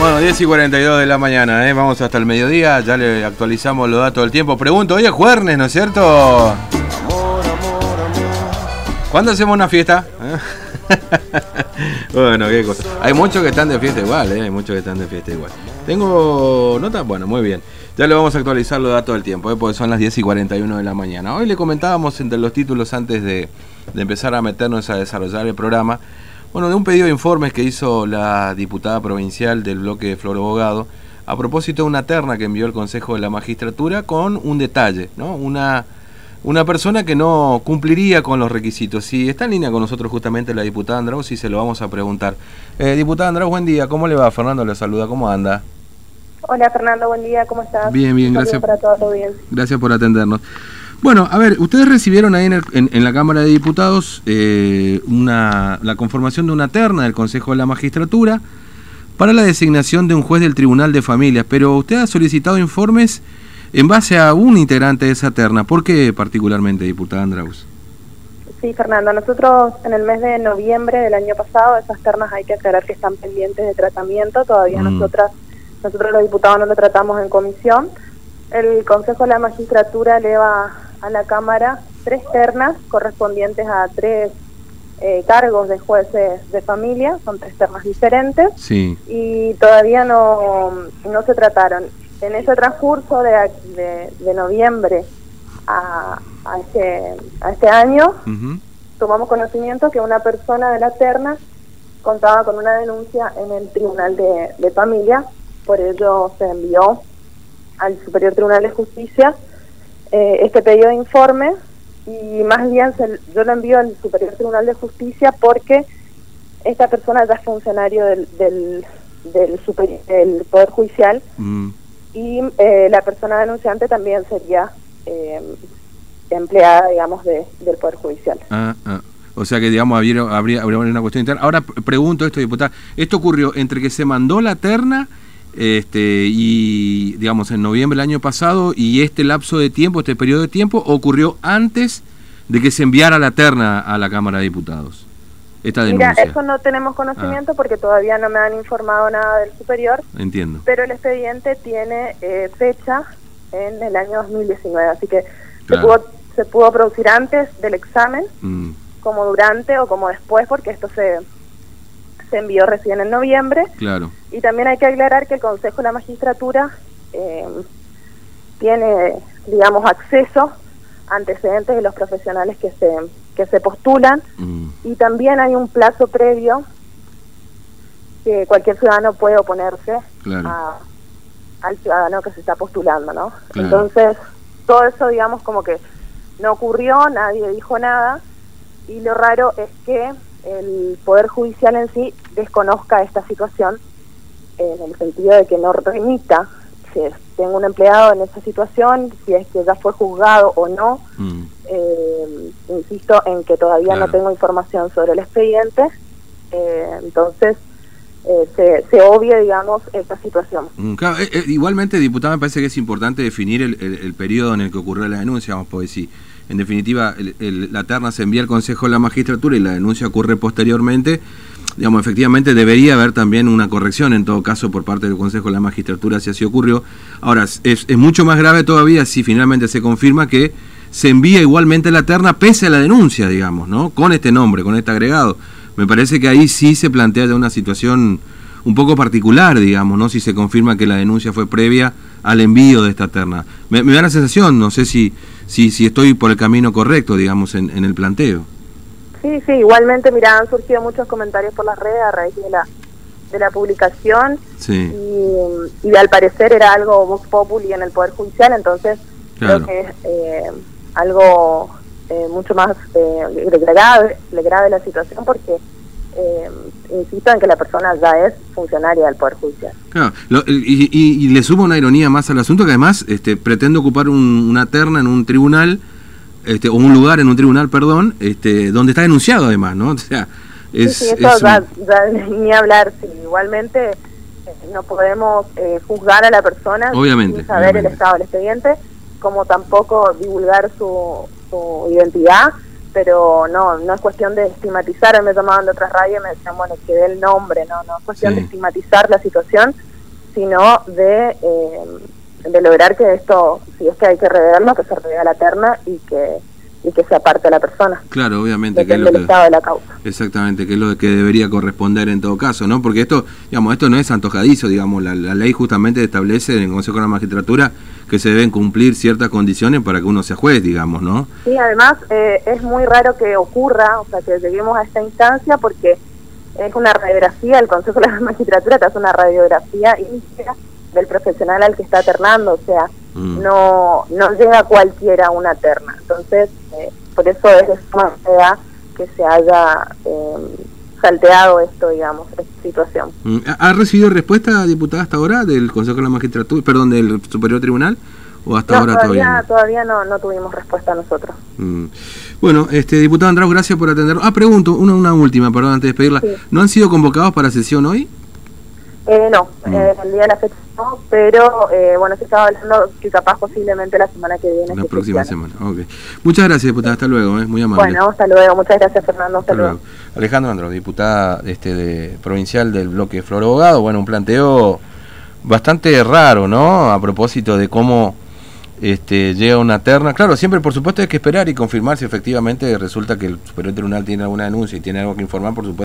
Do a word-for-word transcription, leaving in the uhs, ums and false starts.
Bueno, diez y cuarenta y dos de la mañana, ¿eh? Vamos hasta el mediodía, ya le actualizamos los datos del tiempo. Pregunto, hoy es jueves, ¿no es cierto? ¿Cuándo hacemos una fiesta? ¿Eh? Bueno, qué cosa. Hay muchos que están de fiesta igual, ¿eh? Hay muchos que están de fiesta igual. ¿Tengo nota? Bueno, muy bien. Ya le vamos a actualizar los datos del tiempo, ¿eh? Porque son las diez y cuarenta y uno de la mañana. Hoy le comentábamos entre los títulos antes de, de empezar a meternos a desarrollar el programa. Bueno, de un pedido de informes que hizo la diputada provincial del bloque de Flor Bogado a propósito de una terna que envió el Consejo de la Magistratura con un detalle, ¿no? Una, una persona que no cumpliría con los requisitos. Si está en línea con nosotros justamente la diputada Andraus, y se lo vamos a preguntar. Eh, diputada Andraus, buen día. ¿Cómo le va? Fernando le saluda. ¿Cómo anda? Hola Fernando, buen día. ¿Cómo estás? Bien, bien, gracias. Para toda la audiencia. Gracias por atendernos. Bueno, a ver, ustedes recibieron ahí en, el, en, en la Cámara de Diputados eh, una, la conformación de una terna del Consejo de la Magistratura para la designación de un juez del Tribunal de Familias, pero usted ha solicitado informes en base a un integrante de esa terna. ¿Por qué particularmente, diputada Andraus? Sí, Fernando, nosotros en el mes de noviembre del año pasado, esas ternas hay que aclarar que están pendientes de tratamiento, todavía mm. nosotras, nosotros los diputados no lo tratamos en comisión. El Consejo de la Magistratura eleva a la Cámara tres ternas correspondientes a tres eh, cargos de jueces de familia, son tres ternas diferentes, sí. Y todavía no, no se trataron. En ese transcurso de, de, de noviembre a, a, este, a este año, uh-huh. tomamos conocimiento que una persona de la terna contaba con una denuncia en el Tribunal de, de Familia, por ello se envió al Superior Tribunal de Justicia eh, este pedido de informe, y más bien se, yo lo envío al Superior Tribunal de Justicia porque esta persona ya es funcionario del del, del, super, del Poder Judicial, mm. y eh, la persona denunciante también sería eh, empleada, digamos, de, del Poder Judicial. Ah, ah. O sea que, digamos, habría, habría, habría una cuestión interna. Ahora pregunto esto, diputada, ¿esto ocurrió entre que se mandó la terna Este, y digamos en noviembre del año pasado y este lapso de tiempo, este periodo de tiempo, ocurrió antes de que se enviara la terna a la Cámara de Diputados? Esta denuncia. Mira, eso no tenemos conocimiento ah. porque todavía no me han informado nada del superior. Entiendo. Pero el expediente tiene eh, fecha en el año dos mil diecinueve, así que claro. se, pudo, se pudo producir antes del examen, mm. como durante o como después, porque esto se... se envió recién en noviembre. Claro. Y también hay que aclarar que el Consejo de la Magistratura eh, tiene, digamos, acceso a antecedentes de los profesionales que se que se postulan, mm. y también hay un plazo previo que cualquier ciudadano puede oponerse claro. a, al ciudadano que se está postulando, ¿no? Claro. Entonces, todo eso, digamos, como que no ocurrió, nadie dijo nada, y lo raro es que el Poder Judicial en sí desconozca esta situación, en el sentido de que no remita si tengo un empleado en esa situación, si es que ya fue juzgado o no. Mm. Eh, insisto en que todavía claro. no tengo información sobre el expediente, eh, entonces eh, se, se obvia, digamos, esta situación. Mm, claro, eh, eh, igualmente, diputada, me parece que es importante definir el, el, el periodo en el que ocurrió la denuncia, vamos, porque si en definitiva el, el, la terna se envía al Consejo de la Magistratura y la denuncia ocurre posteriormente, digamos, efectivamente debería haber también una corrección en todo caso por parte del Consejo de la Magistratura si así ocurrió. Ahora, es, es mucho más grave todavía si finalmente se confirma que se envía igualmente la terna pese a la denuncia, digamos, ¿no? Con este nombre, con este agregado. Me parece que ahí sí se plantea ya una situación un poco particular, digamos, ¿no? Si se confirma que la denuncia fue previa al envío de esta terna. Me, me da la sensación, no sé si, si, si estoy por el camino correcto, digamos, en, en el planteo. Sí, sí, igualmente, mira, han surgido muchos comentarios por las redes a raíz de la de la publicación, sí. y, y al parecer era algo vox populi en el Poder Judicial, entonces claro. creo que es eh, algo eh, mucho más eh, grave, grave la situación, porque eh, insisto en que la persona ya es funcionaria del Poder Judicial. Claro, lo, y, y, y le sumo una ironía más al asunto, que además este, pretende ocupar un, una terna en un tribunal, Este, o un lugar en un tribunal, perdón, este, donde está denunciado además, ¿no? O sea, es, sí, sí, eso es ya, un... ya ni hablar, sí. Igualmente eh, no podemos eh, juzgar a la persona obviamente, sin saber obviamente. el estado del expediente, como tampoco divulgar su, su identidad, pero no no es cuestión de estigmatizar. Me llamaban de otras radios y me decían, bueno, que dé el nombre, no no es cuestión sí. de estigmatizar la situación, sino de, eh, de lograr que esto, si es que hay que reverlo, que se revea la terna y que y que se aparte a la persona. Claro, obviamente. Depende que es lo del que, estado de la causa. Exactamente, que es lo que debería corresponder en todo caso, ¿no? Porque esto, digamos, esto no es antojadizo, digamos, la, la ley justamente establece en el Consejo de la Magistratura que se deben cumplir ciertas condiciones para que uno sea juez, digamos, ¿no? Sí, además eh, es muy raro que ocurra, o sea, que lleguemos a esta instancia porque es una radiografía, el Consejo de la Magistratura te hace una radiografía íntegra del profesional al que está ternando, o sea, mm. no no llega cualquiera a una terna. Entonces, eh, por eso es de suma necesidad que se haya eh, salteado esto, digamos, esta situación. Mm. ¿Ha recibido respuesta, diputada, hasta ahora del Consejo de la Magistratura, perdón, del Superior Tribunal? ¿O hasta no, ahora todavía todavía no? Todavía no, no tuvimos respuesta nosotros. Mm. Bueno, este diputado Andraus, gracias por atender. Ah, pregunto, una, una última, perdón, antes de despedirla. Sí. ¿No han sido convocados para sesión hoy? Eh, no, mm. eh, el día de la fecha no, pero eh, bueno, se estaba hablando que capaz posiblemente la semana que viene. La próxima semana, ok. Muchas gracias, diputada, hasta luego, eh, muy amable. Bueno, hasta luego, muchas gracias, Fernando, hasta, hasta luego. luego. Alejandra Andraus, diputada este, de, provincial del bloque Flor Abogado, bueno, un planteo bastante raro, ¿no? A propósito de cómo este, llega una terna. Claro, siempre por supuesto hay que esperar y confirmar si efectivamente resulta que el Superior Tribunal tiene alguna denuncia y tiene algo que informar, por supuesto.